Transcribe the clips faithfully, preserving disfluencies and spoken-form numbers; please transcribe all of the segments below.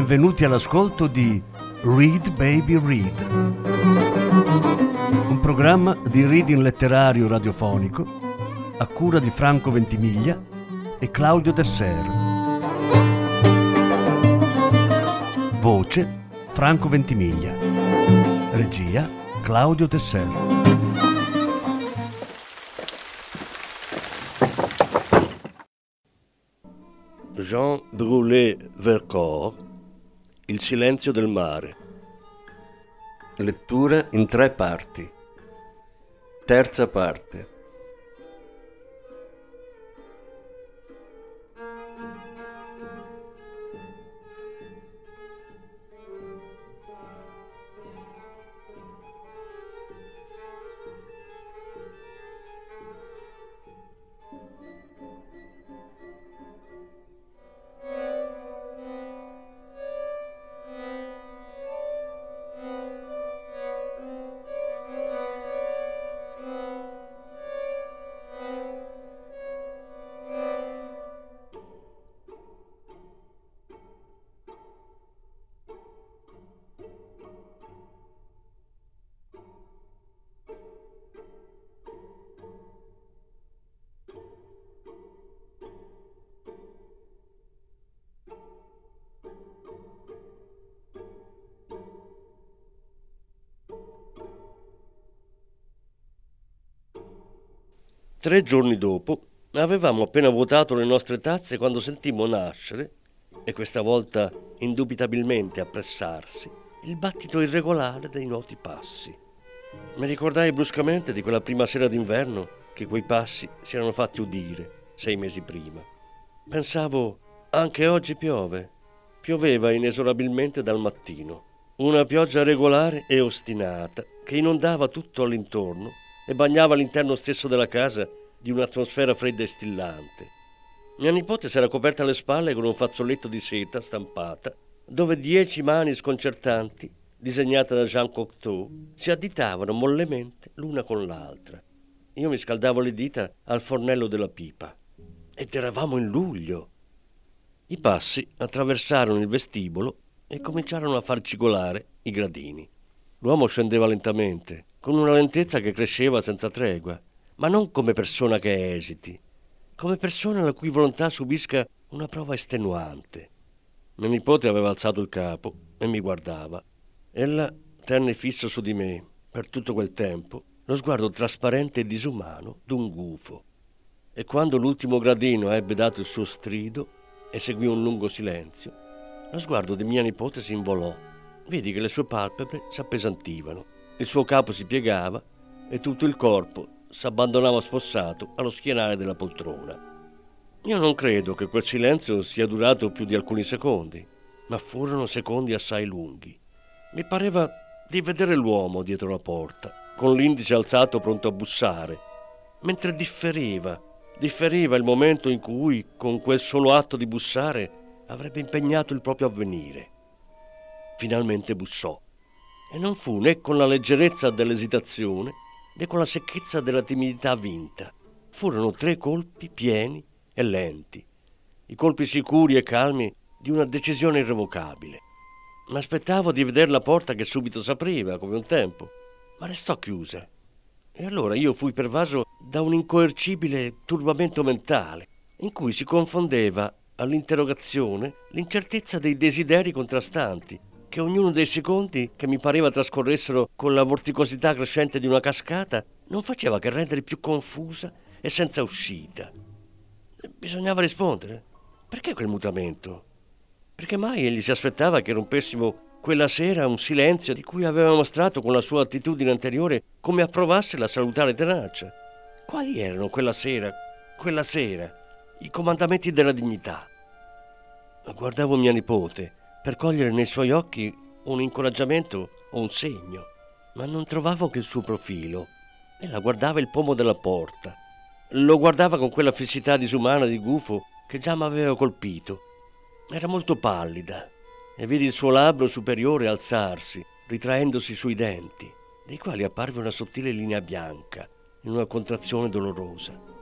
Benvenuti all'ascolto di Read Baby Read, un programma di reading letterario radiofonico a cura di Franco Ventimiglia e Claudio Desser. Voce Franco Ventimiglia. Regia Claudio Desser. Jean Brulé-Vercors, Il silenzio del mare. Lettura in tre parti. Terza parte. Tre giorni dopo avevamo appena vuotato le nostre tazze quando sentimmo nascere, e questa volta indubitabilmente appressarsi, il battito irregolare dei noti passi. Mi ricordai bruscamente di quella prima sera d'inverno che quei passi si erano fatti udire sei mesi prima. Pensavo, anche oggi piove. Pioveva inesorabilmente dal mattino. Una pioggia regolare e ostinata che inondava tutto all'intorno e bagnava l'interno stesso della casa di un'atmosfera fredda e stillante. Mia nipote s'era coperta le spalle con un fazzoletto di seta stampata, dove dieci mani sconcertanti, disegnate da Jean Cocteau, si additavano mollemente l'una con l'altra. Io mi scaldavo le dita al fornello della pipa. Ed eravamo in luglio. I passi attraversarono il vestibolo e cominciarono a far cigolare i gradini. L'uomo scendeva lentamente, con una lentezza che cresceva senza tregua, ma non come persona che esiti, come persona la cui volontà subisca una prova estenuante. Mia nipote aveva alzato il capo e mi guardava. Ella tenne fisso su di me, per tutto quel tempo, lo sguardo trasparente e disumano d'un gufo. E quando l'ultimo gradino ebbe dato il suo strido e seguì un lungo silenzio, lo sguardo di mia nipote si involò. Vidi che le sue palpebre s'appesantivano, il suo capo si piegava e tutto il corpo s'abbandonava spossato allo schienale della poltrona. Io non credo che quel silenzio sia durato più di alcuni secondi, ma furono secondi assai lunghi. Mi pareva di vedere l'uomo dietro la porta, con l'indice alzato pronto a bussare, mentre differiva, differiva il momento in cui, con quel solo atto di bussare, avrebbe impegnato il proprio avvenire. Finalmente bussò, e non fu né con la leggerezza dell'esitazione né con la secchezza della timidità vinta. Furono tre colpi pieni e lenti, i colpi sicuri e calmi di una decisione irrevocabile. Mi aspettavo di vedere la porta che subito s'apriva, come un tempo, ma restò chiusa. E allora io fui pervaso da un incoercibile turbamento mentale, in cui si confondeva all'interrogazione l'incertezza dei desideri contrastanti, che ognuno dei secondi che mi pareva trascorressero con la vorticosità crescente di una cascata non faceva che rendere più confusa e senza uscita. Bisognava rispondere. Perché quel mutamento? Perché mai egli si aspettava che rompessimo quella sera un silenzio di cui aveva mostrato con la sua attitudine anteriore come approvasse la salutare tenacia? Quali erano quella sera, quella sera, i comandamenti della dignità? Guardavo mia nipote per cogliere nei suoi occhi un incoraggiamento o un segno, ma non trovavo che il suo profilo. Ella guardava il pomo della porta, lo guardava con quella fissità disumana di gufo che già m'aveva colpito. Era molto pallida e vidi il suo labbro superiore alzarsi, ritraendosi sui denti, dei quali apparve una sottile linea bianca in una contrazione dolorosa.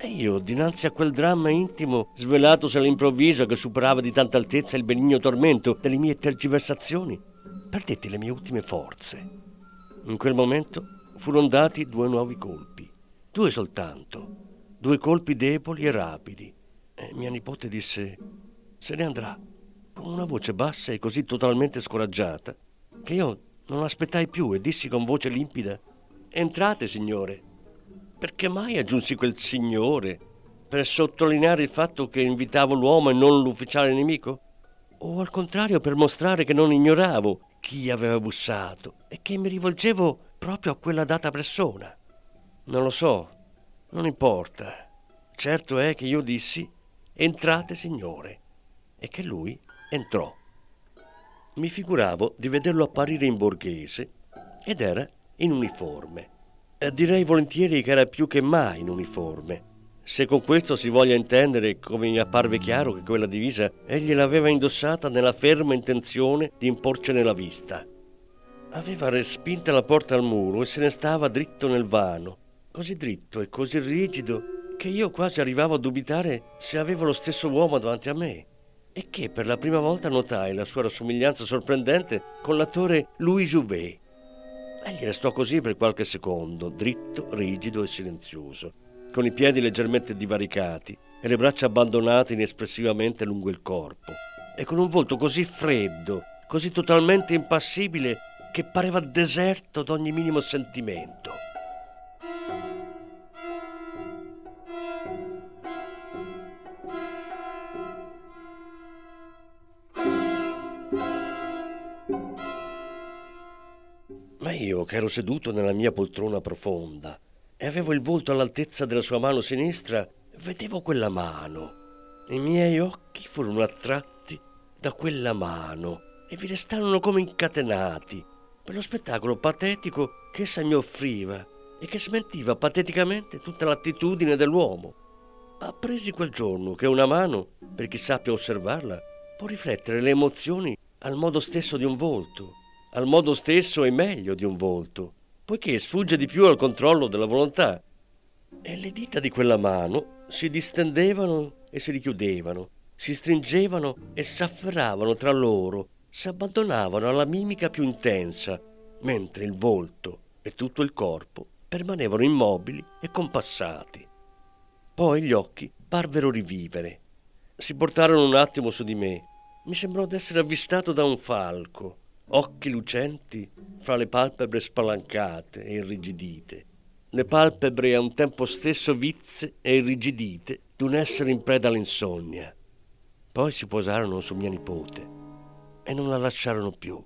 E io, dinanzi a quel dramma intimo, svelatosi all'improvviso che superava di tanta altezza il benigno tormento delle mie tergiversazioni, perdetti le mie ultime forze. In quel momento furono dati due nuovi colpi, due soltanto, due colpi deboli e rapidi. E mia nipote disse: se ne andrà, con una voce bassa e così totalmente scoraggiata che io non aspettai più e dissi con voce limpida: entrate, signore. Perché mai aggiunsi quel signore? Per sottolineare il fatto che invitavo l'uomo e non l'ufficiale nemico? O al contrario per mostrare che non ignoravo chi aveva bussato e che mi rivolgevo proprio a quella data persona? Non lo so, non importa. Certo è che io dissi: entrate, signore, e che lui entrò. Mi figuravo di vederlo apparire in borghese ed era in uniforme. E direi volentieri che era più che mai in uniforme, se con questo si voglia intendere, come mi apparve chiaro, che quella divisa egli l'aveva indossata nella ferma intenzione di imporcene la vista. Aveva respinta la porta al muro e se ne stava dritto nel vano, così dritto e così rigido che io quasi arrivavo a dubitare se avevo lo stesso uomo davanti a me, e che per la prima volta notai la sua rassomiglianza sorprendente con l'attore Louis Jouvet. Egli restò così per qualche secondo, dritto, rigido e silenzioso, con i piedi leggermente divaricati e le braccia abbandonate inespressivamente lungo il corpo, e con un volto così freddo, così totalmente impassibile, che pareva deserto d'ogni minimo sentimento. Ma io, che ero seduto nella mia poltrona profonda e avevo il volto all'altezza della sua mano sinistra, vedevo quella mano. I miei occhi furono attratti da quella mano e vi restarono come incatenati per lo spettacolo patetico che essa mi offriva e che smentiva pateticamente tutta l'attitudine dell'uomo. Appresi quel giorno che una mano, per chi sappia osservarla, può riflettere le emozioni al modo stesso di un volto, al modo stesso e meglio di un volto, poiché sfugge di più al controllo della volontà. E le dita di quella mano si distendevano e si richiudevano, si stringevano e s'afferravano tra loro, s'abbandonavano alla mimica più intensa, mentre il volto e tutto il corpo permanevano immobili e compassati. Poi gli occhi parvero rivivere. Si portarono un attimo su di me. Mi sembrò d'essere avvistato da un falco, occhi lucenti fra le palpebre spalancate e irrigidite, le palpebre a un tempo stesso vizze e irrigidite d'un essere in preda all'insonnia. Poi si posarono su mia nipote e non la lasciarono più.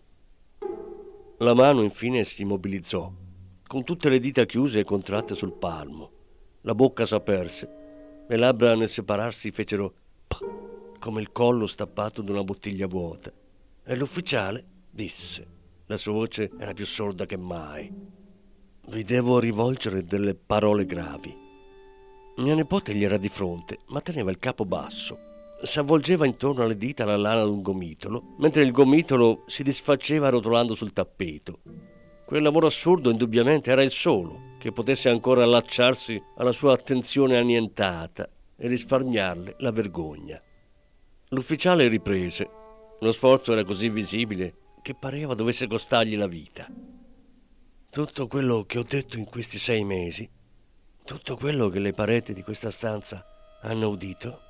La mano infine si immobilizzò, con tutte le dita chiuse e contratte sul palmo. La bocca s'aperse, le labbra nel separarsi fecero pa, come il collo stappato d'una bottiglia vuota, e l'ufficiale disse, la sua voce era più sorda che mai: vi devo rivolgere delle parole gravi. Mia nipote gli era di fronte, ma teneva il capo basso. S'avvolgeva intorno alle dita la lana d'un gomitolo, mentre il gomitolo si disfaceva rotolando sul tappeto. Quel lavoro assurdo indubbiamente era il solo che potesse ancora allacciarsi alla sua attenzione annientata e risparmiarle la vergogna. L'ufficiale riprese. Lo sforzo era così visibile che pareva dovesse costargli la vita. Tutto quello che ho detto in questi sei mesi, tutto quello che le pareti di questa stanza hanno udito,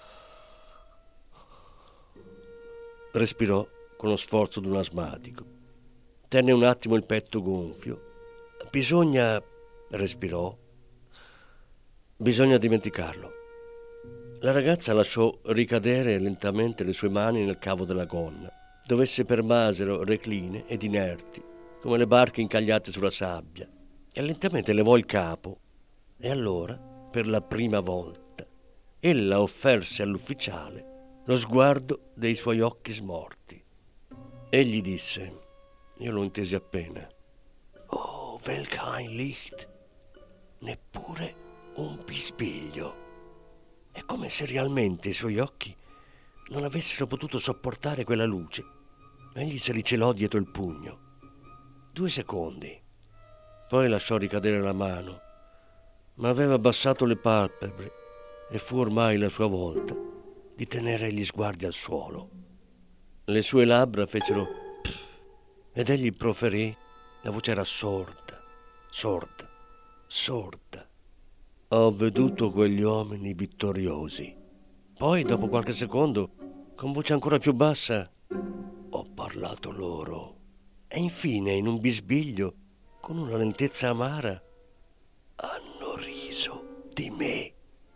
respirò con lo sforzo d'un asmatico. Tenne un attimo il petto gonfio. Bisogna, respirò, bisogna dimenticarlo. La ragazza lasciò ricadere lentamente le sue mani nel cavo della gonna, dove esse permasero recline ed inerti, come le barche incagliate sulla sabbia, e lentamente levò il capo. E allora, per la prima volta, ella offerse all'ufficiale lo sguardo dei suoi occhi smorti. Egli disse, io lo intesi appena: oh, welch ein Licht! Neppure un bisbiglio. È come se realmente i suoi occhi non avessero potuto sopportare quella luce. Egli se li celò dietro il pugno. Due secondi. Poi lasciò ricadere la mano, ma aveva abbassato le palpebre e fu ormai la sua volta di tenere gli sguardi al suolo. Le sue labbra fecero pff, ed egli proferì, la voce era sorda, sorda, sorda. Ho veduto quegli uomini vittoriosi. Poi, dopo qualche secondo, con voce ancora più bassa, ho parlato loro. E infine, in un bisbiglio, con una lentezza amara, hanno riso di me.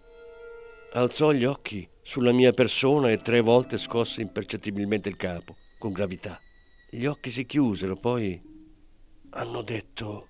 Alzò gli occhi sulla mia persona e tre volte scosse impercettibilmente il capo, con gravità. Gli occhi si chiusero, poi hanno detto: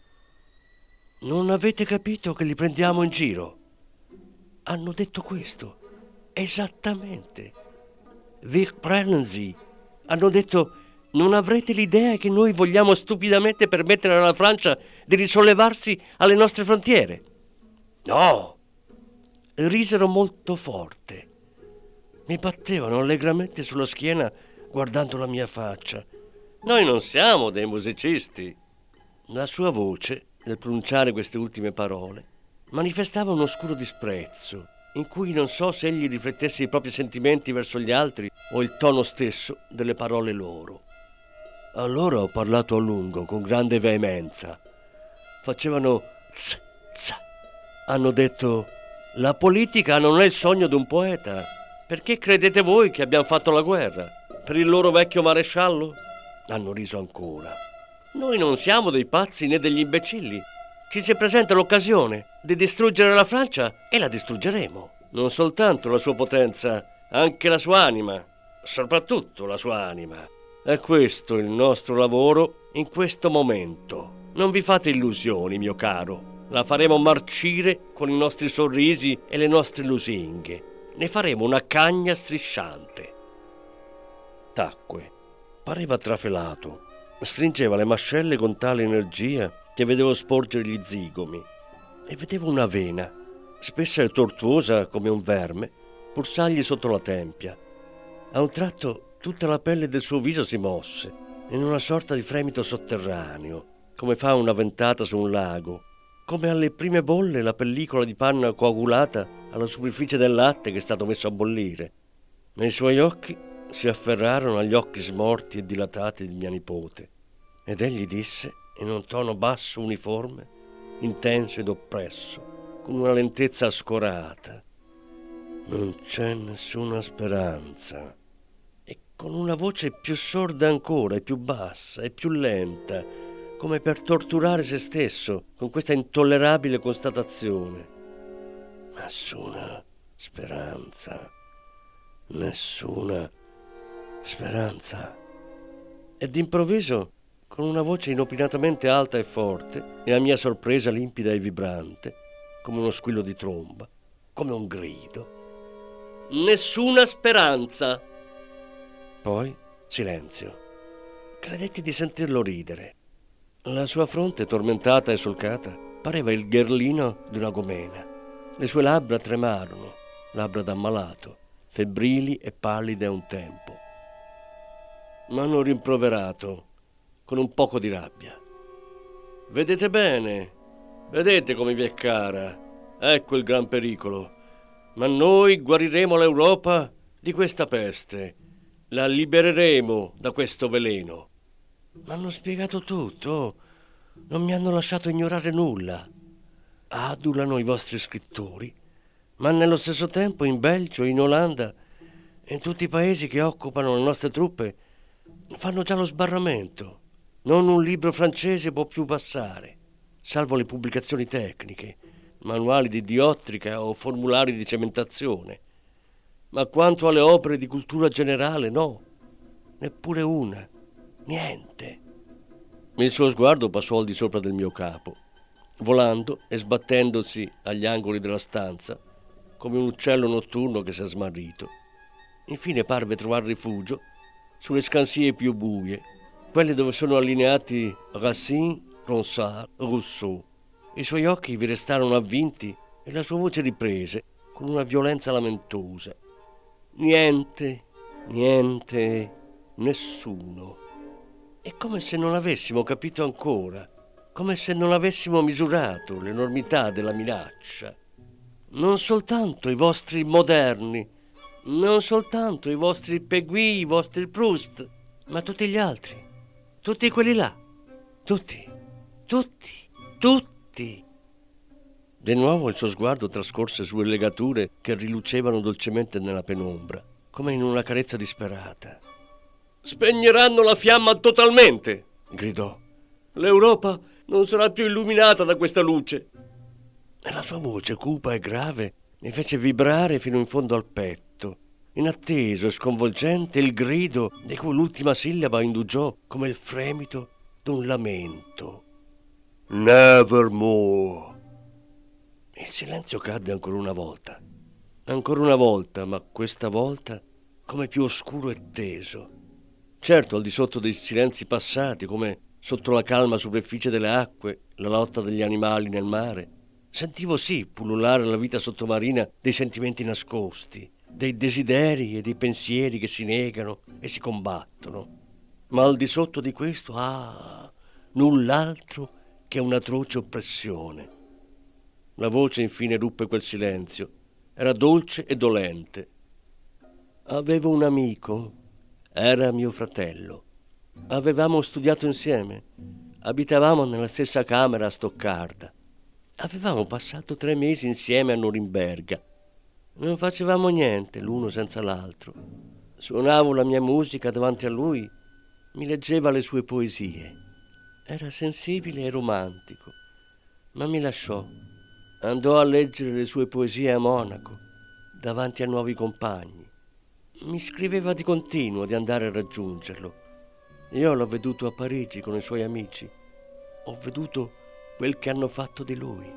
non avete capito che li prendiamo in giro? Hanno detto questo, esattamente. Wir prenden sie. Hanno detto: non avrete l'idea che noi vogliamo stupidamente permettere alla Francia di risollevarsi alle nostre frontiere. No! Risero molto forte. Mi battevano allegramente sulla schiena guardando la mia faccia. Noi non siamo dei musicisti. La sua voce, nel pronunciare queste ultime parole, manifestava un oscuro disprezzo, in cui non so se egli riflettesse i propri sentimenti verso gli altri o il tono stesso delle parole loro. Allora ho parlato a lungo, con grande veemenza. Facevano tz, tz. Hanno detto: la politica non è il sogno di un poeta. Perché credete voi che abbiamo fatto la guerra? Per il loro vecchio maresciallo? Hanno riso ancora. Noi non siamo dei pazzi né degli imbecilli. Ci si presenta l'occasione di distruggere la Francia e la distruggeremo. Non soltanto la sua potenza, anche la sua anima. Soprattutto la sua anima. È questo il nostro lavoro in questo momento. Non vi fate illusioni, mio caro. La faremo marcire con i nostri sorrisi e le nostre lusinghe. Ne faremo una cagna strisciante. Tacque. Pareva trafelato. Stringeva le mascelle con tale energia che vedevo sporgere gli zigomi. E vedevo una vena, spessa e tortuosa come un verme, pulsargli sotto la tempia. A un tratto tutta la pelle del suo viso si mosse, in una sorta di fremito sotterraneo, come fa una ventata su un lago, come alle prime bolle la pellicola di panna coagulata alla superficie del latte che è stato messo a bollire. Nei suoi occhi si afferrarono agli occhi smorti e dilatati di mia nipote, ed egli disse, in un tono basso uniforme, intenso ed oppresso, con una lentezza scorata: non c'è nessuna speranza. E con una voce più sorda ancora, e più bassa, e più lenta, come per torturare se stesso con questa intollerabile constatazione. Nessuna speranza. Nessuna speranza. E d'improvviso, con una voce inopinatamente alta e forte, e a mia sorpresa limpida e vibrante, come uno squillo di tromba, come un grido: nessuna speranza! Poi silenzio. Credetti di sentirlo ridere. La sua fronte, tormentata e solcata, pareva il gherlino di una gomena. Le sue labbra tremarono, labbra d'ammalato, febbrili e pallide a un tempo. M'hanno rimproverato con un poco di rabbia. Vedete bene, vedete come vi è cara. Ecco il gran pericolo. Ma noi guariremo l'Europa di questa peste. La libereremo da questo veleno. M'hanno spiegato tutto. Non mi hanno lasciato ignorare nulla. Adulano i vostri scrittori, ma nello stesso tempo in Belgio, in Olanda, in tutti i paesi che occupano le nostre truppe, fanno già lo sbarramento. Non un libro francese può più passare, salvo le pubblicazioni tecniche, manuali di diottrica o formulari di cementazione. Ma quanto alle opere di cultura generale, no, neppure una, niente. Il suo sguardo passò al di sopra del mio capo, volando e sbattendosi agli angoli della stanza, come un uccello notturno che si è smarrito. Infine parve trovar rifugio sulle scansie più buie, quelle dove sono allineati Racine, Ronsard, Rousseau. I suoi occhi vi restarono avvinti e la sua voce riprese con una violenza lamentosa. Niente, niente, nessuno. È come se non avessimo capito ancora, come se non avessimo misurato l'enormità della minaccia. Non soltanto i vostri moderni, non soltanto i vostri Pegui, i vostri Proust, ma tutti gli altri, tutti quelli là, tutti, tutti, tutti. Di nuovo il suo sguardo trascorse sulle legature che rilucevano dolcemente nella penombra, come in una carezza disperata. «Spegneranno la fiamma totalmente!» gridò. «L'Europa non sarà più illuminata da questa luce!» E la sua voce, cupa e grave, mi fece vibrare fino in fondo al petto, inatteso e sconvolgente il grido di cui l'ultima sillaba indugiò come il fremito d'un lamento. «Nevermore!» Il silenzio cadde ancora una volta, ancora una volta, ma questa volta come più oscuro e teso. Certo, al di sotto dei silenzi passati, come sotto la calma superficie delle acque, la lotta degli animali nel mare, sentivo sì pullulare la vita sottomarina dei sentimenti nascosti, dei desideri e dei pensieri che si negano e si combattono. Ma al di sotto di questo, ah, null'altro che un'atroce oppressione. La voce infine ruppe quel silenzio. Era dolce e dolente. Avevo un amico. Era mio fratello. Avevamo studiato insieme. Abitavamo nella stessa camera a Stoccarda. Avevamo passato tre mesi insieme a Norimberga. Non facevamo niente l'uno senza l'altro. Suonavo la mia musica davanti a lui. Mi leggeva le sue poesie. Era sensibile e romantico. Ma mi lasciò. Andò a leggere le sue poesie a Monaco, davanti a nuovi compagni. Mi scriveva di continuo di andare a raggiungerlo. Io l'ho veduto a Parigi con i suoi amici. Ho veduto quel che hanno fatto di lui.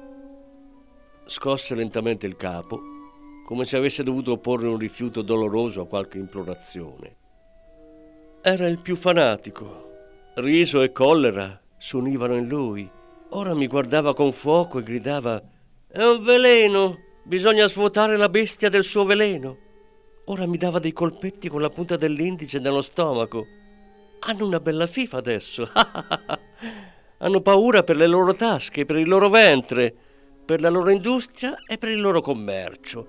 Scosse lentamente il capo, come se avesse dovuto opporre un rifiuto doloroso a qualche implorazione. Era il più fanatico. Riso e collera s'univano in lui. Ora mi guardava con fuoco e gridava: «È un veleno! Bisogna svuotare la bestia del suo veleno!» Ora mi dava dei colpetti con la punta dell'indice nello stomaco. Hanno una bella fifa adesso. Hanno paura per le loro tasche, per il loro ventre, per la loro industria e per il loro commercio.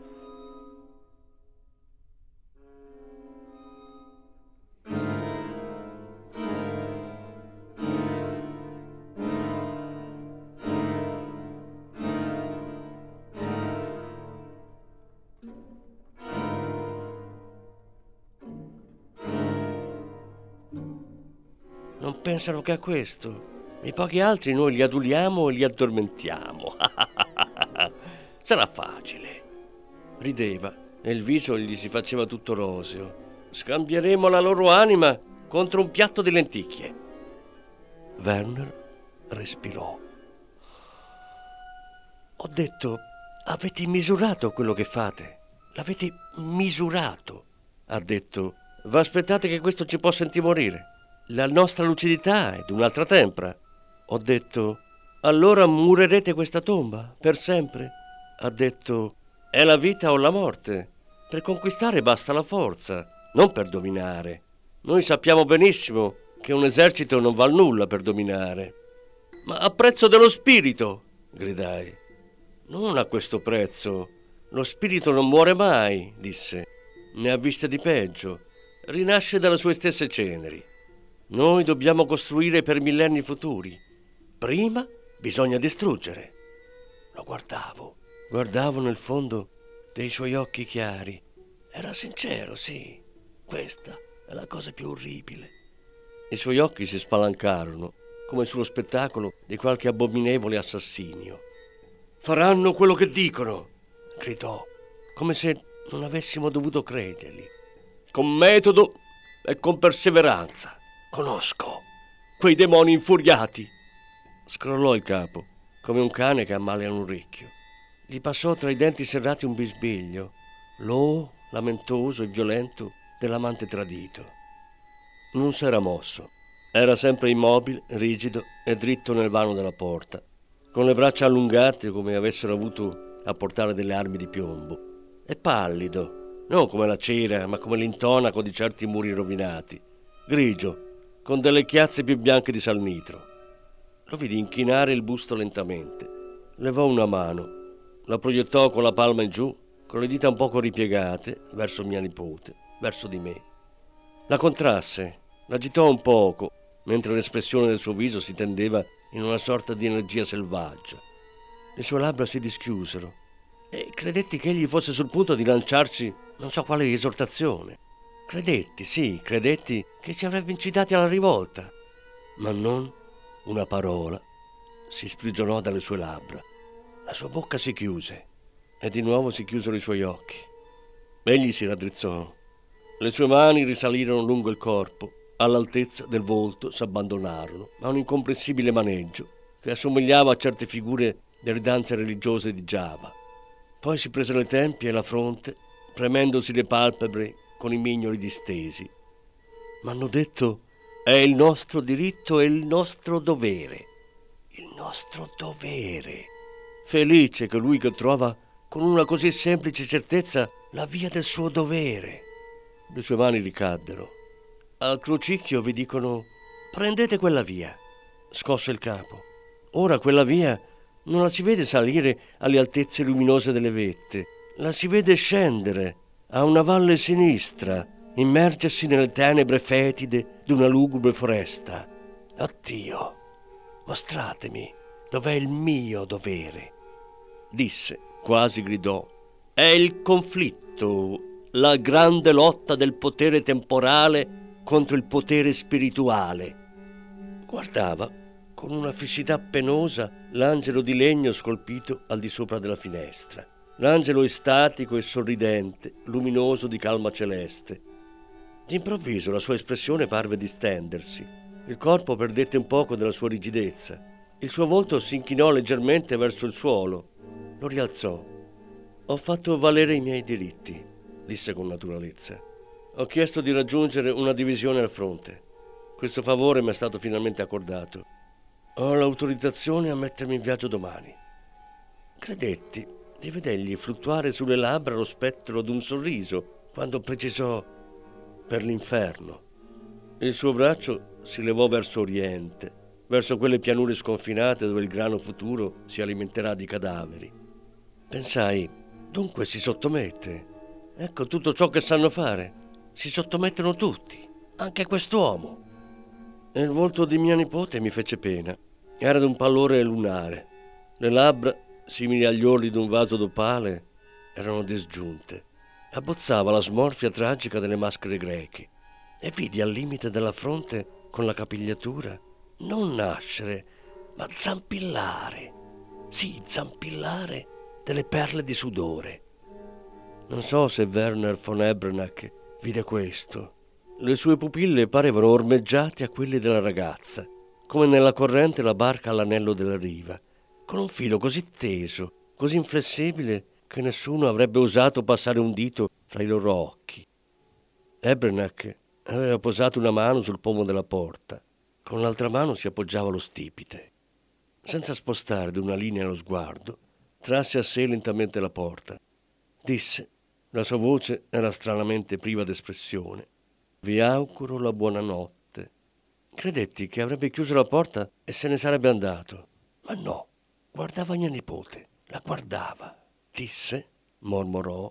Non pensano che a questo. I pochi altri noi li aduliamo e li addormentiamo. Sarà facile. Rideva e il viso gli si faceva tutto roseo. Scambieremo la loro anima contro un piatto di lenticchie. Werner respirò. Ho detto: avete misurato quello che fate. L'avete misurato. Ha detto: vi aspettate che questo ci possa intimorire. La nostra lucidità è d'un'altra tempra. Ho detto: allora murerete questa tomba per sempre. Ha detto: è la vita o la morte. Per conquistare basta la forza, non per dominare. Noi sappiamo benissimo che un esercito non val nulla per dominare. Ma a prezzo dello spirito, gridai. Non a questo prezzo. Lo spirito non muore mai, disse. Ne ha viste di peggio. Rinasce dalle sue stesse ceneri. Noi dobbiamo costruire per millenni futuri. Prima bisogna distruggere. Lo guardavo, guardavo nel fondo dei suoi occhi chiari. Era sincero, sì. Questa è la cosa più orribile. I suoi occhi si spalancarono, come sullo spettacolo di qualche abominevole assassinio. Faranno quello che dicono, gridò, come se non avessimo dovuto credergli. Con metodo e con perseveranza. Conosco quei demoni infuriati. Scrollò il capo, come un cane che ha male a un orecchio. Gli passò tra i denti serrati un bisbiglio, low, lamentoso e violento, dell'amante tradito. Non s'era mosso. Era sempre immobile, rigido e dritto nel vano della porta, con le braccia allungate come avessero avuto a portare delle armi di piombo, e pallido, non come la cera, ma come l'intonaco di certi muri rovinati, grigio, con delle chiazze più bianche di salnitro. Lo vidi inchinare il busto lentamente. Levò una mano. la proiettò con la palma in giù, con le dita un poco ripiegate, verso mia nipote, verso di me. La contrasse, l'agitò un poco, mentre l'espressione del suo viso si tendeva in una sorta di energia selvaggia. Le sue labbra si dischiusero e credetti che egli fosse sul punto di lanciarci non so quale esortazione. Credetti, sì, credetti che ci avrebbe incitati alla rivolta, ma non una parola si sprigionò dalle sue labbra. La sua bocca si chiuse e di nuovo si chiusero i suoi occhi. Egli si raddrizzò. Le sue mani risalirono lungo il corpo, all'altezza del volto s'abbandonarono a un incomprensibile maneggio che assomigliava a certe figure delle danze religiose di Giava. Poi si prese le tempie e la fronte, premendosi le palpebre con i mignoli distesi. M'hanno detto: è il nostro diritto e il nostro dovere. Il nostro dovere. Felice colui che trova con una così semplice certezza la via del suo dovere. Le sue mani ricaddero. Al crocicchio vi dicono: prendete quella via. Scosse il capo. Ora quella via non la si vede salire alle altezze luminose delle vette, la si vede scendere a una valle sinistra, immergersi nelle tenebre fetide d'una lugubre foresta. Addio, mostratemi dov'è il mio dovere. Disse, quasi gridò: è il conflitto, la grande lotta del potere temporale contro il potere spirituale. Guardava con una fissità penosa l'angelo di legno scolpito al di sopra della finestra. L'angelo estatico e sorridente, luminoso di calma celeste. D'improvviso la sua espressione parve distendersi. Il corpo perdette un poco della sua rigidezza. Il suo volto si inchinò leggermente verso il suolo. Lo rialzò. Ho fatto valere i miei diritti, disse con naturalezza. Ho chiesto di raggiungere una divisione al fronte. Questo favore mi è stato finalmente accordato. Ho l'autorizzazione a mettermi in viaggio domani. Credetti di vedergli fluttuare sulle labbra lo spettro d'un sorriso quando precisò: per l'inferno. Il suo braccio si levò verso oriente, verso quelle pianure sconfinate dove il grano futuro si alimenterà di cadaveri. Pensai: dunque si sottomette. Ecco tutto ciò che sanno fare. Si sottomettono tutti, anche quest'uomo. E il volto di mia nipote mi fece pena. Era d'un pallore lunare. Le labbra, simili agli orli d'un vaso d'opale, erano disgiunte. Abbozzava la smorfia tragica delle maschere greche e vidi al limite della fronte, con la capigliatura, non nascere, ma zampillare. Sì, zampillare delle perle di sudore. Non so se Werner von Ebernack vide questo. Le sue pupille parevano ormeggiate a quelle della ragazza, come nella corrente la barca all'anello della riva, con un filo così teso, così inflessibile, che nessuno avrebbe osato passare un dito fra i loro occhi. Ebernack aveva posato una mano sul pomo della porta, con l'altra mano si appoggiava allo stipite. Senza spostare d'una linea lo sguardo, trasse a sé lentamente la porta. Disse, la sua voce era stranamente priva d'espressione: vi auguro la buonanotte. Credetti che avrebbe chiuso la porta e se ne sarebbe andato, ma no, guardava mia nipote, la guardava. Disse, mormorò: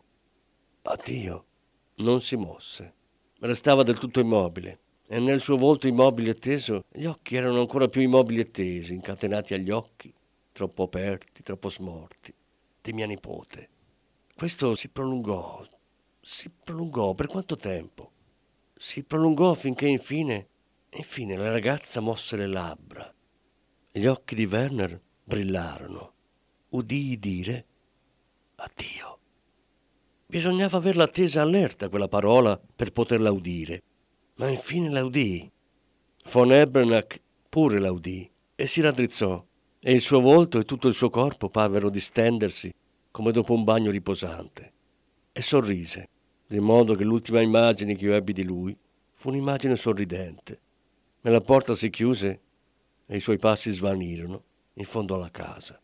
addio. Non si mosse. Restava del tutto immobile e nel suo volto immobile e teso gli occhi erano ancora più immobili e tesi, incatenati agli occhi, troppo aperti, troppo smorti, di mia nipote. Questo si prolungò, si prolungò per quanto tempo? Si prolungò finché infine, infine la ragazza mosse le labbra. Gli occhi di Werner brillarono. Udii dire addio. Bisognava averla tesa allerta quella parola per poterla udire, ma infine la udii. Von Ebernack pure la udì e si raddrizzò, e il suo volto e tutto il suo corpo parvero distendersi come dopo un bagno riposante, e sorrise, di modo che l'ultima immagine che io ebbi di lui fu un'immagine sorridente. E la porta si chiuse e i suoi passi svanirono in fondo alla casa.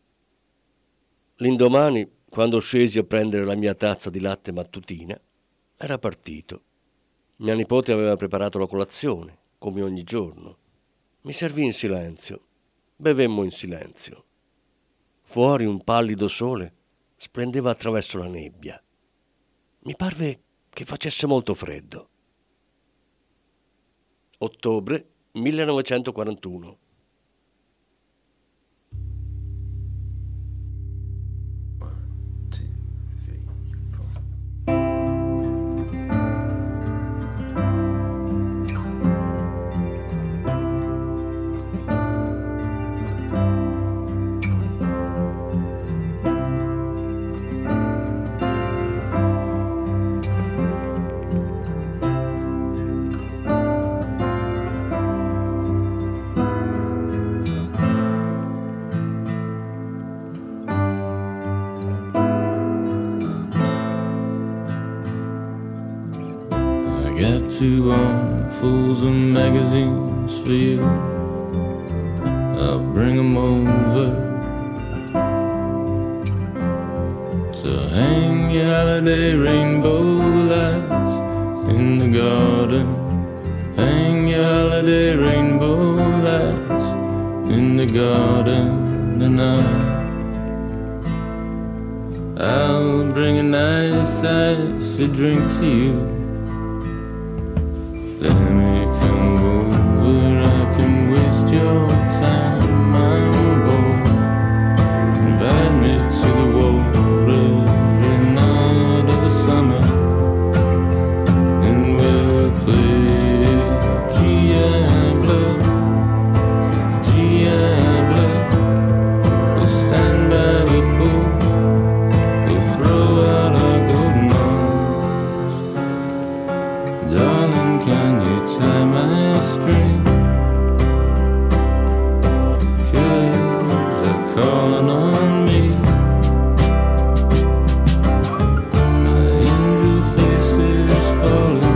L'indomani, quando scesi a prendere la mia tazza di latte mattutina, era partito. Mia nipote aveva preparato la colazione, come ogni giorno. Mi servì in silenzio. Bevemmo in silenzio. Fuori un pallido sole splendeva attraverso la nebbia. Mi parve che facesse molto freddo. Ottobre millenovecentoquarantuno. Got two armfuls of magazines for you. I'll bring 'em over. So hang your holiday rainbow lights in the garden. Hang your holiday rainbow lights in the garden tonight. I'll bring a nice icy drink to you. Let me come over, I can waste your time, I'm bored. Invite me to the water every night of the summer, and we'll play Diable, Diable. We'll stand by the pool, we'll throw out our golden arms. Darling, can you tie my string? Killers are calling on me. My angel face is falling.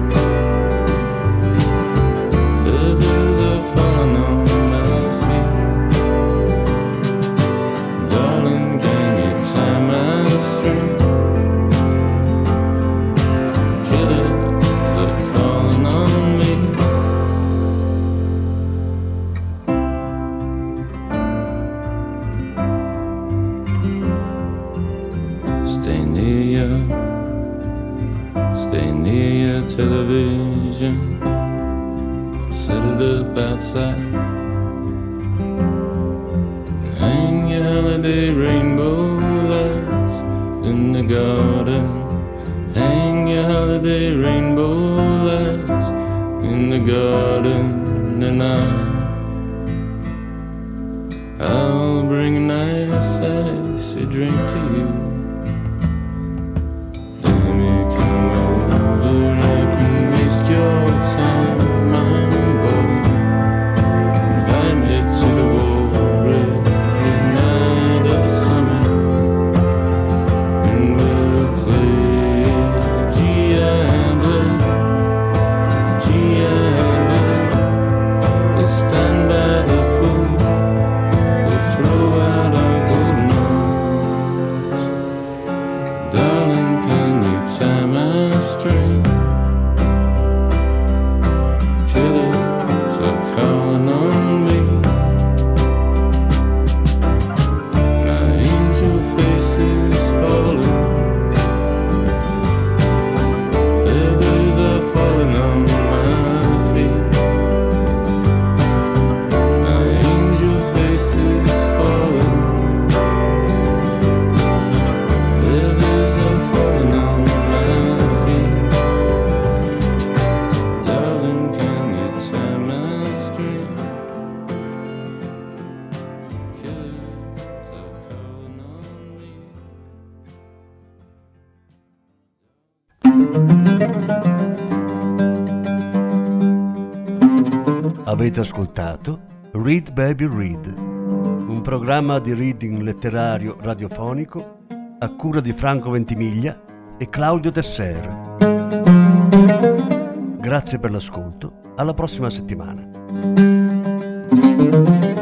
Feathers are falling on my feet. Darling, can you tie my string? Killers are calling on me. Stay near your, stay near your television. Set it up outside. Hang your holiday rainbow lights in the garden. Hang your holiday rainbow lights in the garden tonight. I'll bring a nice icy drink to you. Let me come over, I can waste your time, I'm bored. Invite me to the water every night of the summer, and we'll play Diable, Diable. We'll stand by the pool, we'll throw out our golden arms. Darling, can you tie my string? Killers are calling on me. My angel face is falling. Feathers are falling on my feet. My angel face is falling. Feathers are falling on my feet. Darling, can you tie my string? Killers are calling on me. Avete ascoltato Read Baby Read, un programma di reading letterario radiofonico a cura di Franco Ventimiglia e Claudio Tesser. Grazie per l'ascolto, alla prossima settimana.